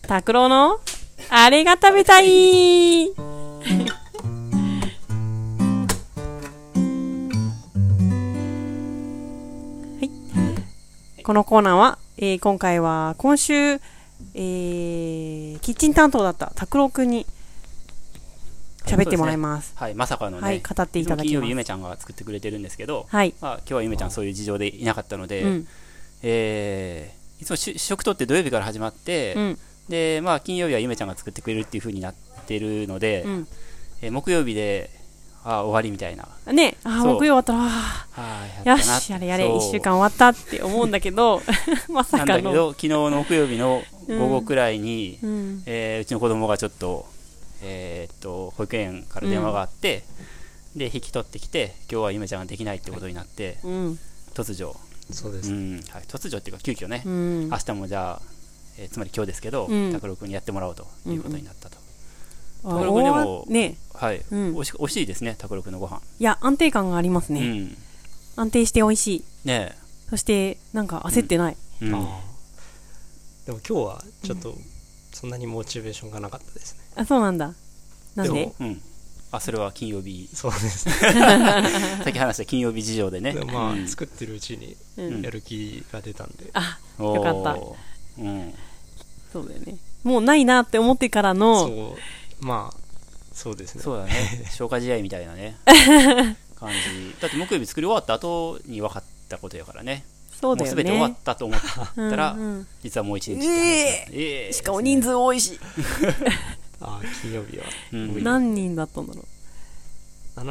拓郎のあれが食べたいこのコーナーは、今回は今週、キッチン担当だった拓郎くんに喋ってもらいます。 はい、まさかのね、 はい、語っていただきます。 金曜日ゆめちゃんが作ってくれてるんですけど、 はい、 今日はゆめちゃんそういう事情でいなかったので、いつも食とって土曜日から始まって、で金曜日はゆめちゃんが作ってくれるっていう風になってるので、木曜日で終わりみたいなね、木曜終わったらよしやれやれ1週間終わったって思うんだけどまさかのなんだけど昨日の木曜日の午後くらいに、うちの子供がちょっと、保育園から電話があって、で引き取ってきて今日はゆめちゃんができないってことになって、突如そうです、 突如っていうか急遽ね、明日もじゃあ、つまり今日ですけど拓郎くんにやってもらおうということになったと。拓郎くんでもね、はい、おいしいですね拓郎くんのご飯。 いや安定感がありますね、安定して美味しいね。 そしてなんか焦ってない、 でも今日はちょっとそんなにモチベーションがなかったですね。 あ、そうなんだ。なんで？ それは金曜日。 そうですねさっき話した金曜日事情でね。 で作ってるうちにやる気が出たんで、 よかった。そうだよね。もうないなって思ってからのそうですね。 そうだね。消化試合みたいなね感じ。だって木曜日作り終わった後に分かったことやからね。 そうだよね。 もう全て終わったと思ったら実はもう一日って話。しかも人数多いし。 金曜日は何人だったんだろう。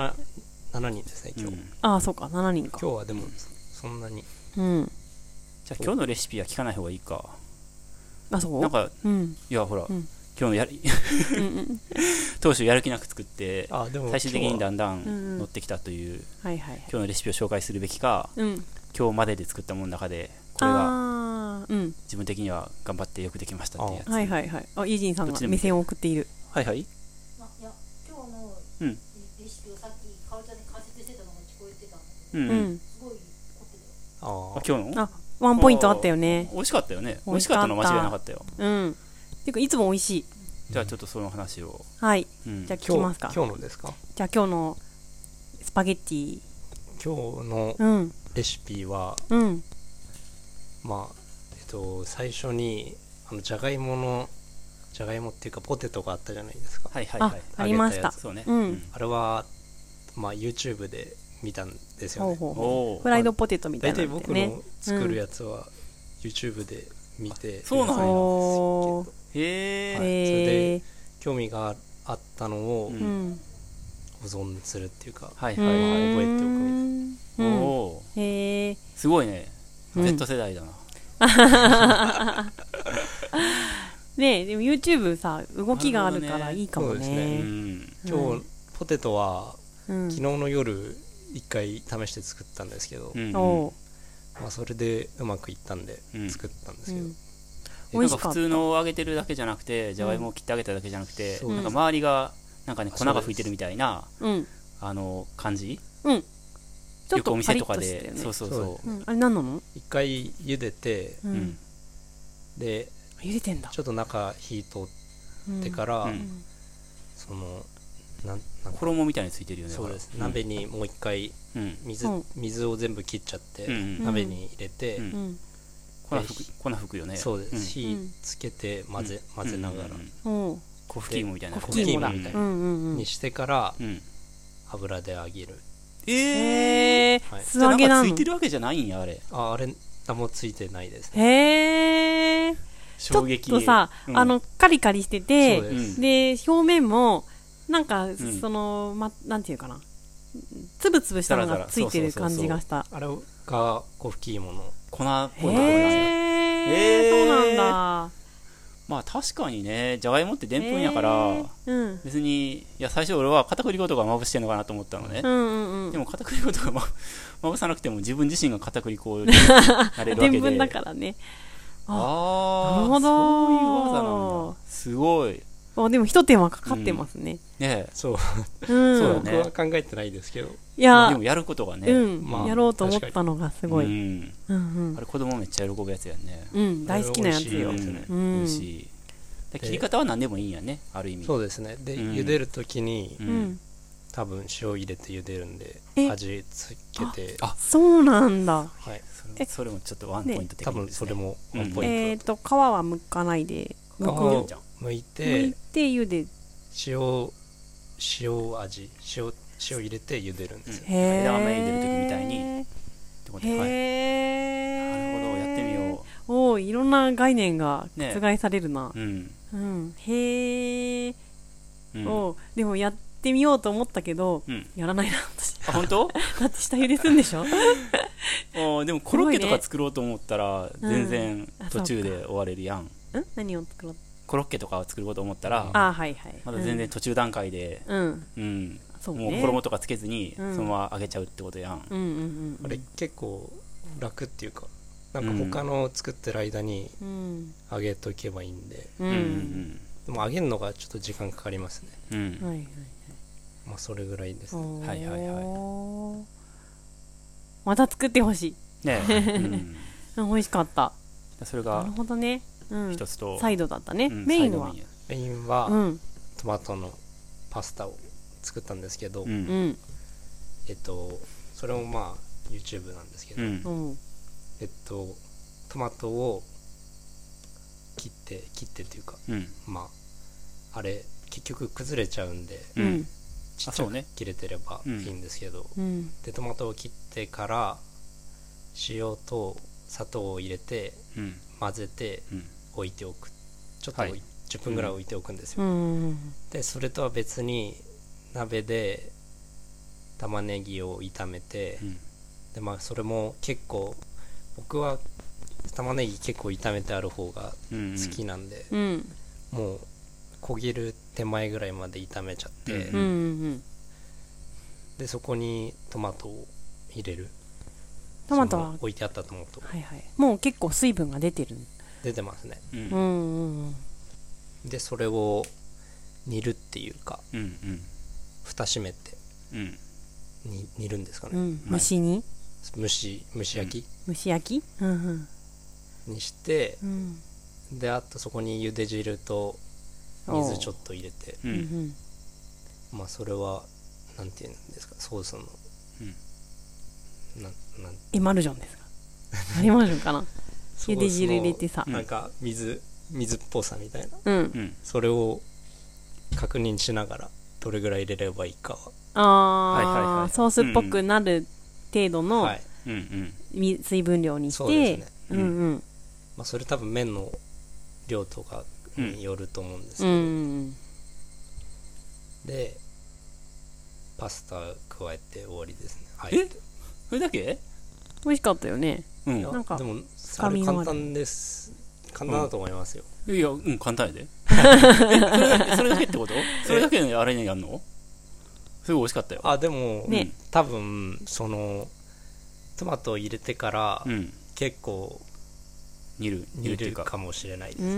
7人ですね今日。 そうか7人か。 今日はでもそんなに。 じゃあ今日のレシピは聞かない方がいいか。 そうなんかいやほら今日の当初やる気なく作って最終的にだんだん乗ってきたという今日のレシピを紹介するべきか、今日までで作ったものの中でこれが自分的には頑張ってよくできましたってやつ。 はいはいはい。イージンさんが目線を送っている。 はいはい。 いや今日のレシピをさっきかおちゃんに解説してたのが聞こえてたんだけど、すごい凝ってたよ。 今日のワンポイントあったよね。 美味しかったよね。美味しかったの間違いなかったよ。 てかいつも美味しい。 じゃあちょっとその話を。 はい。じゃあ聞きますか。 今日のですか。 じゃあ今日のスパゲッティ。 今日のレシピは、最初にじゃがいもっていうかポテトがあったじゃないですか。 はいはいはい。 ありました。 そうね。 あれはYouTube で見たんですよね。 フライドポテトみたいな。 大体僕の作るやつは YouTube で見て、 そうなんよ。 それで興味があったのを保存するっていうか、覚えておくみたいな。 すごいね。Z 世代だな。 ねえ、でも YouTube さ動きがあるからいいかもね。 今日ポテトは昨日の夜一回試して作ったんですけど、それでうまくいったんで作ったんですけど、 なんか普通の揚げてるだけじゃなくて、じゃがいもを切ってあげただけじゃなくて、なんか周りがなんかね粉が吹いてるみたいな感じ。よくお店とかで、そうそうそう。 あれ何なの？ 一回茹でて、で茹でてんだ。 ちょっと中火通ってからその衣みたいについてるよね。 そうです。鍋にもう一回水を全部切っちゃって鍋に入れて粉吹くよね。 そうです。火つけて混ぜながら粉吹き芋みたいな。 粉吹き芋みたいにしてから油で揚げる。 素揚げなの？ ついてるわけじゃないんやあれ。 あれ何もついてないですね。 衝撃。 ちょっとさカリカリしてて、で表面もなんかなんていうかな、つぶつぶしたのがついてる感じがした。 あれが粉吹き芋の粉っぽいところなんや。 そうなんだ。 まあ確かにね、じゃがいもってでんぷんやから、別に最初俺は片栗粉とかまぶしてんのかなと思ったのね。でも片栗粉とかまぶさなくても自分自身が片栗粉になれるわけで。 でんぷんだからね。 なるほど。そういう技なんだ。すごい。 でも一手間かかってますね。 そうだね。僕は考えてないですけど。 いやでもやることがね、 やろうと思ったのがすごい。 あれ子供めっちゃ喜ぶやつやね。 大好きなやつよ。 美味しい。 切り方は何でもいいんやね、ある意味。 そうですね。で、茹でるときに、多分塩入れて茹でるんで、味つけて。 そうなんだ。 はい。 それもちょっとワンポイント的に、 多分それもワンポイント。 皮は剥かないで、 皮を剥いて茹で、 塩味、塩入れて茹でるんですよ。 枝豆茹でる時みたいに。へえ。 なるほど、やってみよう。 おお、いろんな概念が覆されるな。へえ。おでもやってみようと思ったけど、やらないな私。 本当？ だって下茹ですんでしょ？ でもコロッケとか作ろうと思ったら全然途中で終われるやん。 何を作ろう？ コロッケとかを作ろうと思ったら、まだ全然途中段階で、もう衣とかつけずにそのまま揚げちゃうってことやん。 あれ結構楽っていうか、なんか他の作ってる間に揚げとけばいいんで、でも揚げるのがちょっと時間かかりますね。まあそれぐらいですね。 はいはいはい。 また作ってほしい。 ね、 美味しかった。 それがなるほどね。 一つとサイドだったね。メインはトマトのパスタを作ったんですけど、それもまあ YouTube なんですけど、トマトを切ってっていうか、まああれ結局崩れちゃうんで、ちっちゃく切れてればいいんですけど、でトマトを切ってから塩と砂糖を入れて混ぜて置いておく、ちょっと10分ぐらい置いておくんですよ。でそれとは別に鍋で玉ねぎを炒めて、でまあそれも結構僕は玉ねぎ結構炒めてある方が好きなんで、もう焦げる手前ぐらいまで炒めちゃって、でそこにトマトを入れる。 トマトは置いてあったトマト、 もう結構水分が出てますね。でそれを煮るっていうか、蓋閉めて煮るんですかね。 蒸し焼き蒸し焼きにして、であとそこに茹で汁と水ちょっと入れて、まあそれはなんていうんですか、ソースのエマルジョンですか？エマルジョンかな。茹で汁入れてさ、 なんか水っぽさみたいな、それを確認しながらどれぐらい入れればいいかは、ソースっぽくなる程度の水分量にして、 まあそれ多分麺の量とかによると思うんですけど、でパスタ加えて終わりですね。 それだけ？ 美味しかったよね。 なんかでもあれ簡単です。簡単だと思いますよ。 いや、簡単やで。それだけってこと？それだけであれにやるの？すごい美味しかったよ。 でも多分そのトマトを入れてから結構煮るかもしれないです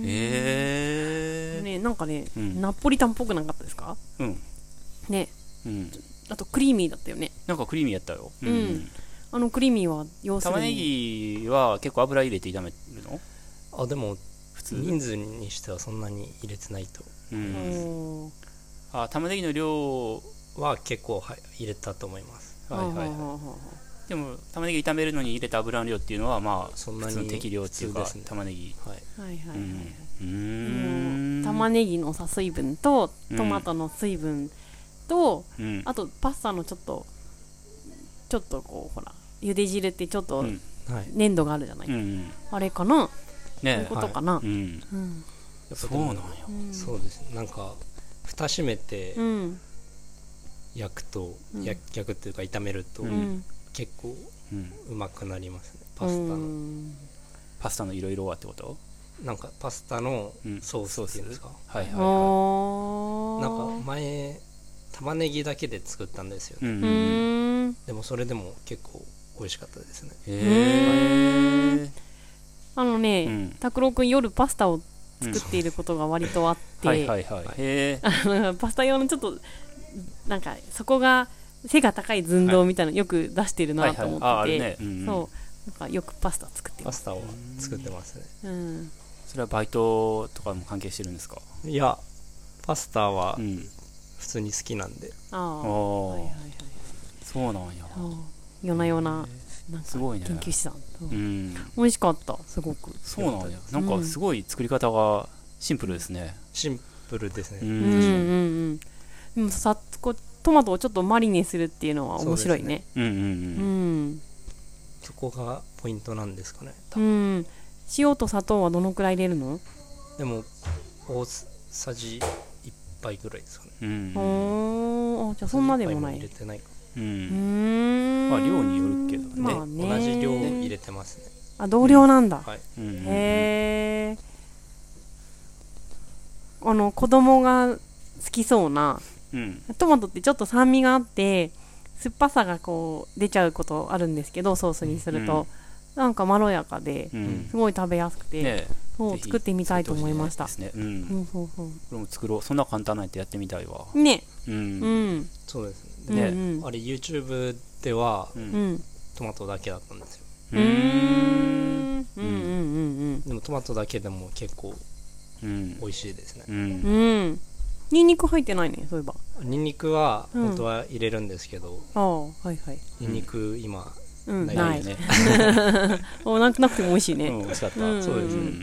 ね。なんかね、ナポリタンっぽくなかったですか？ね。あとクリーミーだったよね。 なんかクリーミーやったよ。 クリーミーは要するに玉ねぎは結構油入れて炒めるの？ でも普通人数にしてはそんなに入れてないと。 玉ねぎの量は結構入れたと思います。 でも玉ねぎ炒めるのに入れた油の量っていうのはまあそんなに普通の適量っていうか、玉ねぎ。 玉ねぎの水分とトマトの水分と、あとパスタのちょっとこうほら茹で汁ってちょっと粘度があるじゃない、あれかな、そういうことかな。 そうなんや。 そうですね。なんか蓋閉めて焼くと、焼くっていうか炒めると結構うまくなりますね。 パスタのいろいろはってこと？ なんかパスタのソースっていうんですか。なんか前玉ねぎだけで作ったんですよ。でもそれでも結構美味しかったですね。 拓郎くん夜パスタを作っていることが割とあって、パスタ用のちょっとなんかそこが背が高い寸胴みたいなのよく出してるなと思ってて、そうなんかよくパスタ作ってます。 パスタを作ってますね。 それはバイトとかも関係してるんですか？ いや、パスタは普通に好きなんで。 ああ、はいはいはい。 そうなんや。 夜な夜なすごいね。 研究してた。美味しかった。すごく。 そうなんや。なんかすごい作り方がシンプルですね。 シンプルですね。 でもトマトをちょっとマリネするっていうのは面白いね。 そこがポイントなんですかね。 塩と砂糖はどのくらい入れるの？ でも大さじ1杯ぐらいですかね。 じゃあそんなでもない。 入れてないか。 まあ量によるけどね。 まあね、 同じ量入れてますね。 あ、同量なんだ。 はい。 へえ。子供が好きそうな、トマトってちょっと酸味があって酸っぱさがこう出ちゃうことあるんですけど、ソースにすると、なんかまろやかですごい食べやすくて、そう作ってみたいと思いました。これも作ろう。そんな簡単なやつやってみたいわね。 そうですね。あれ YouTube ではトマトだけだったんですよ。でもトマトだけでも結構美味しいですね。 ニンニク入ってないね、そういえば。 ニンニクは本当は入れるんですけど、ニンニク今ないね。 なくても美味しいね。 美味しかった。そうですね。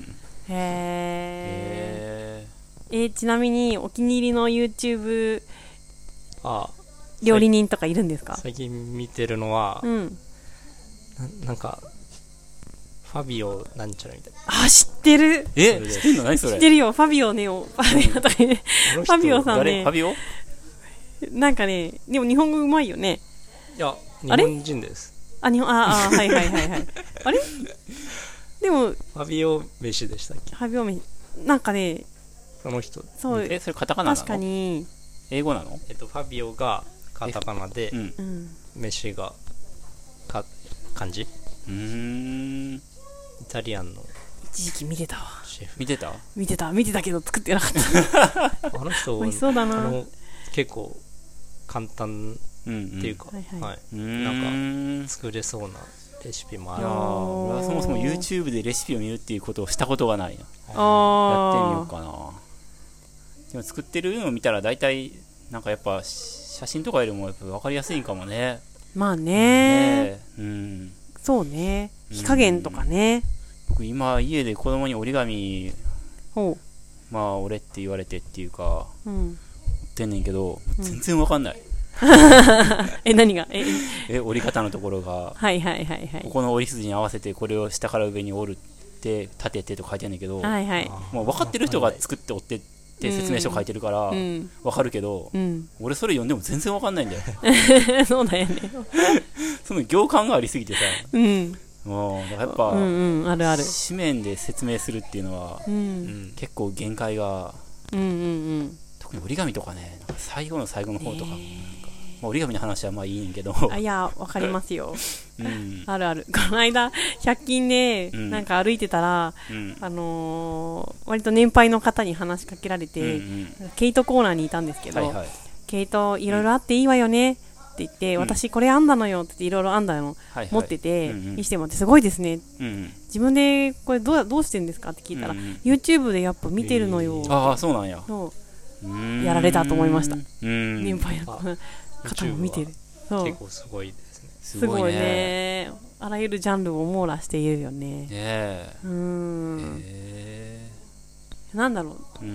へえ。ちなみにお気に入りの YouTube 料理人とかいるんですか？ 最近見てるのはなんかファビオなんちゃらみたいな。 あ、知ってる。 知ってんの？何それ？ 知ってるよ。ファビオね。ファビオとかね。ファビオさんね。 ファビオ？ なんかね、でも日本語うまいよね。 いや、日本人です。 はいはいはいはい。あれ？でもファビオ飯でしたっけ？ ファビオ飯、なんかね、 その人。 そう。 それカタカナなの？ 確かに。 英語なの？ ファビオがカタカナで、飯が漢字？イタリアンの一時期見てたわ。 見てたけど作ってなかったあの人美味しそうだな。 結構簡単っていうか、なんか作れそうなレシピもある。 俺はそもそも YouTube でレシピを見るっていうことをしたことがないな。やってみようかな。でも作ってるのを見たら大体なんかやっぱ写真とかよりもやっぱ分かりやすいんかもね。 まあね、そうね、火加減とかね。 僕今家で子供に折り紙まあ俺って言われてっていうか持ってんねんけど全然分かんない。 何が折り方のところがここの折り筋に合わせてこれを下から上に折るって立ててと書いてあるんだけど、もう分かってる人が作って折ってって説明書書いてるから分かるけど、俺それ読んでも全然分かんないんだよ。 そうだよね。 その行間がありすぎてさ、もうやっぱ紙面で説明するっていうのは結構限界が、特に折り紙とかね、なんか最後の方とか、折り紙の話はまあいいんけど、 いやわかりますよ。あるある。この間100均でなんか歩いてたら、割と年配の方に話しかけられて、毛糸コーナーにいたんですけど、毛糸いろいろあっていいわよねって言って、私これ編んだのよって言っていろいろ編んだの持ってて見せてもらって、すごいですね、自分でこれどうしてるんですかって聞いたら、YouTube でやっぱ見てるのよ。 ああ、そうなんや。 やられたと思いました。年配の方も見てる。 結構すごいですね。 すごいね。あらゆるジャンルを網羅しているよね。なんだろう、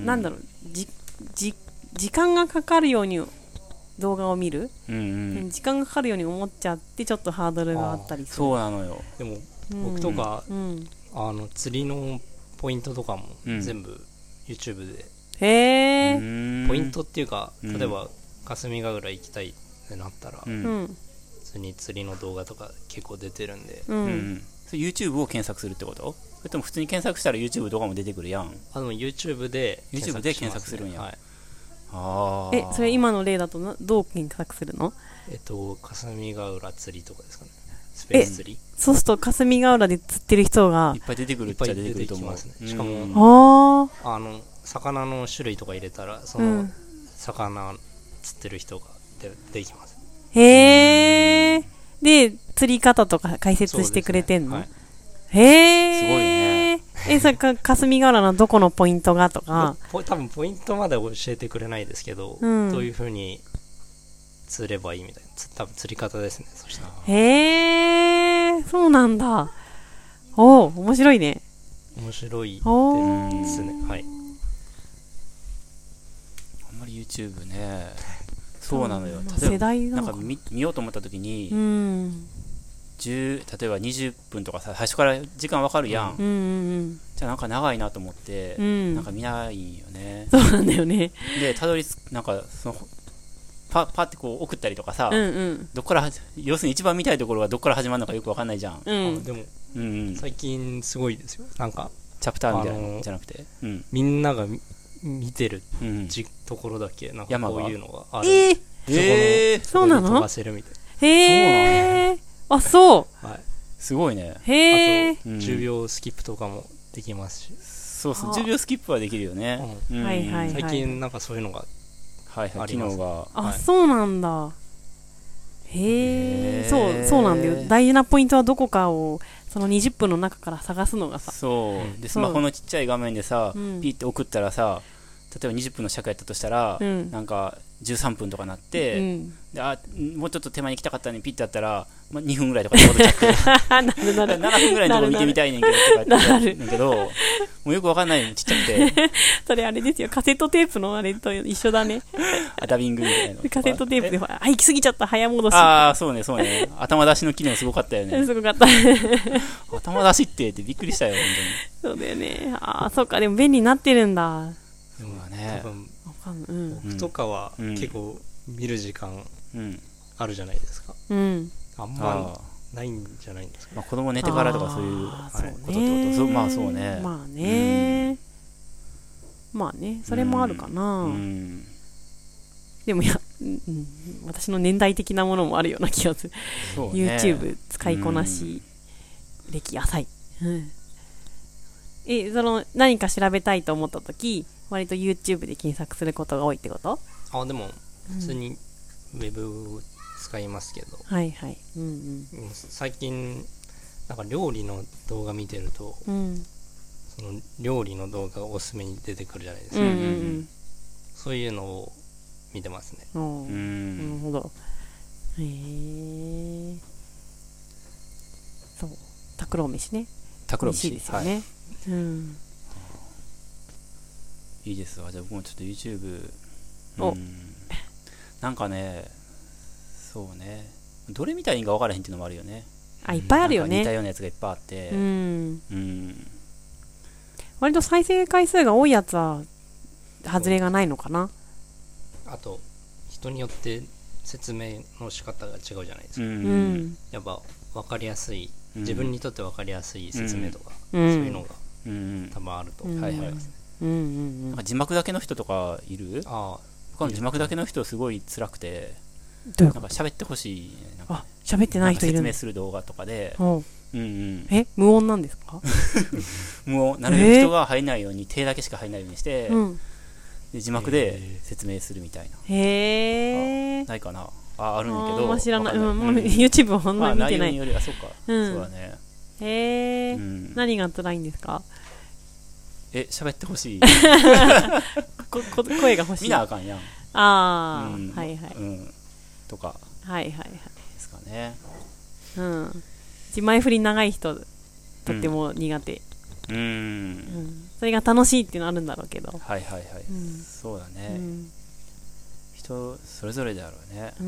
時間がかかるように動画を見る、時間がかかるように思っちゃってちょっとハードルがあったりする。 そうなのよ。 でも僕とか釣りのポイントとかも全部 YouTube で、ポイントっていうか、例えば霞ヶ浦行きたいってなったら、普通に釣りの動画とか結構出てるんで、 YouTube を検索するってこと？それとも普通に検索したら YouTube 動画も出てくるやん。 YouTube で検索するんや。 それ今の例だとどう検索するの？ 霞ヶ浦釣りとかですかね。スペース釣り。 そうすると霞ヶ浦で釣ってる人がいっぱい出てくるっちゃ出てくると思う。 しかも魚の種類とか入れたらその魚釣ってる人が出てきます。で釣り方とか解説してくれてんの？ すごいね。 霞ヶ浦のどこのポイントがとか。 多分ポイントまで教えてくれないですけど、どういう風に釣ればいいみたいな。多分釣り方ですね、そしたら。 へー、そうなんだ。面白いね。 面白いですね。はい。 あんまり YouTube ね。そうなのよ。例えばなんか見ようと思った時に、例えば20分とかさ、最初から時間わかるやん。じゃあなんか長いなと思って、なんか見ないよね。 そうなんだよね。 で、なんかそのパってこう送ったりとかさ、どっから要するに一番見たいところはどっから始まるのかよくわかんないじゃん。 でも最近すごいですよ。なんかチャプターみたいなのじゃなくて、 みんなが見てるところだけなんかこういうのがある。 そうなの？ 飛ばせるみたいな。 へー。あ、そう。 はい。すごいね。 へー。 あと10秒スキップとかもできますし。 そうそう、10秒スキップはできるよね。 最近なんかそういうのが機能が。 あ、そうなんだ。へー。そうなんだよ。大事なポイントはどこかをその20分の中から探すのがさ。 そうで、スマホのちっちゃい画面でさ、ピッて送ったらさ、例えば20分の尺やったとしたら、なんか13分とかなって、でもうちょっと手前に行きたかったのにピッてやったら、2分ぐらいとかで戻っちゃって7分ぐらいのところ見てみたいねんけどとか言ってんけど、もうよくわかんないのちっちゃくてそれあれですよ、カセットテープのあれと一緒だねダビングみたいなカセットテープで行き過ぎちゃった早戻し。 ああ、そうね頭出しの機能すごかったよねすごかった頭出しってびっくりしたよ本当に。そうだよね。ああ、そうか。でも便利になってるんだ。 でもね、多分僕とかは結構見る時間あるじゃないですか。あんまないんじゃないんですか。 子供寝てからとかそういうことってこと。まあそうね。 まあね。まあね、それもあるかな。でも私の年代的なものもあるような気がする。YouTube 使いこなし歴浅い。その何か調べたいと思ったとき、割と YouTube で検索することが多いってこと？ でも普通にウェブ使いますけど、 はいはい。 最近なんか料理の動画見てると、その料理の動画がおすすめに出てくるじゃないですか。そういうのを見てますね。 なるほど。そう、タクロウ飯ね。 タクロウ飯ですよね。 いいですわ。じゃあ僕もちょっと YouTube なんかね、そうね、どれ見たらいいんか分からへんっていうのもあるよね。 いっぱいあるよね。 似たようなやつがいっぱいあって、 割と再生回数が多いやつは外れがないのかな。 あと人によって説明の仕方が違うじゃないですか。やっぱ分かりやすい、自分にとって分かりやすい説明とか、そういうのが多分あると思いますね。 なんか字幕だけの人とかいる？僕の字幕だけの人すごい辛くて、なんか喋ってほしい。 喋ってない人いる。 説明する動画とかで、 無音なんですか？ 無音。なるべく人が入らないように手だけしか入らないようにして、で字幕で説明するみたいな。ないかな。あるんだけど。 知らない。YouTube はほんまに見てない。 内容によりそうか。そうだね。 何が辛いんですか？ 喋ってほしい。 声が欲しい。 見なあかんやん。 はいはい。 とか。 はいはいはい。 ですかね。 前振り長い人とっても苦手。それが楽しいっていうのあるんだろうけど。 はいはいはい。そうだね。人それぞれだろうね。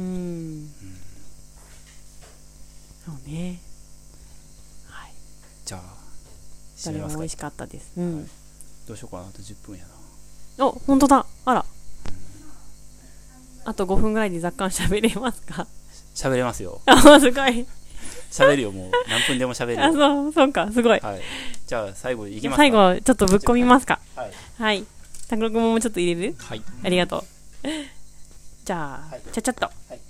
そうね。はい。 じゃあどれも美味しかったです。 どうしようかな。あと10分やな。本当だ。あら。あと5分ぐらいで雑感喋れますか？ 喋れますよ。 すごい。 喋るよ、もう何分でも喋るよ。 そうか、すごい。 じゃあ最後いきますか。 最後ちょっとぶっ込みますか。はい。タクロ君もちょっと入れる？ はい。 ありがとう。じゃあちゃちゃっと。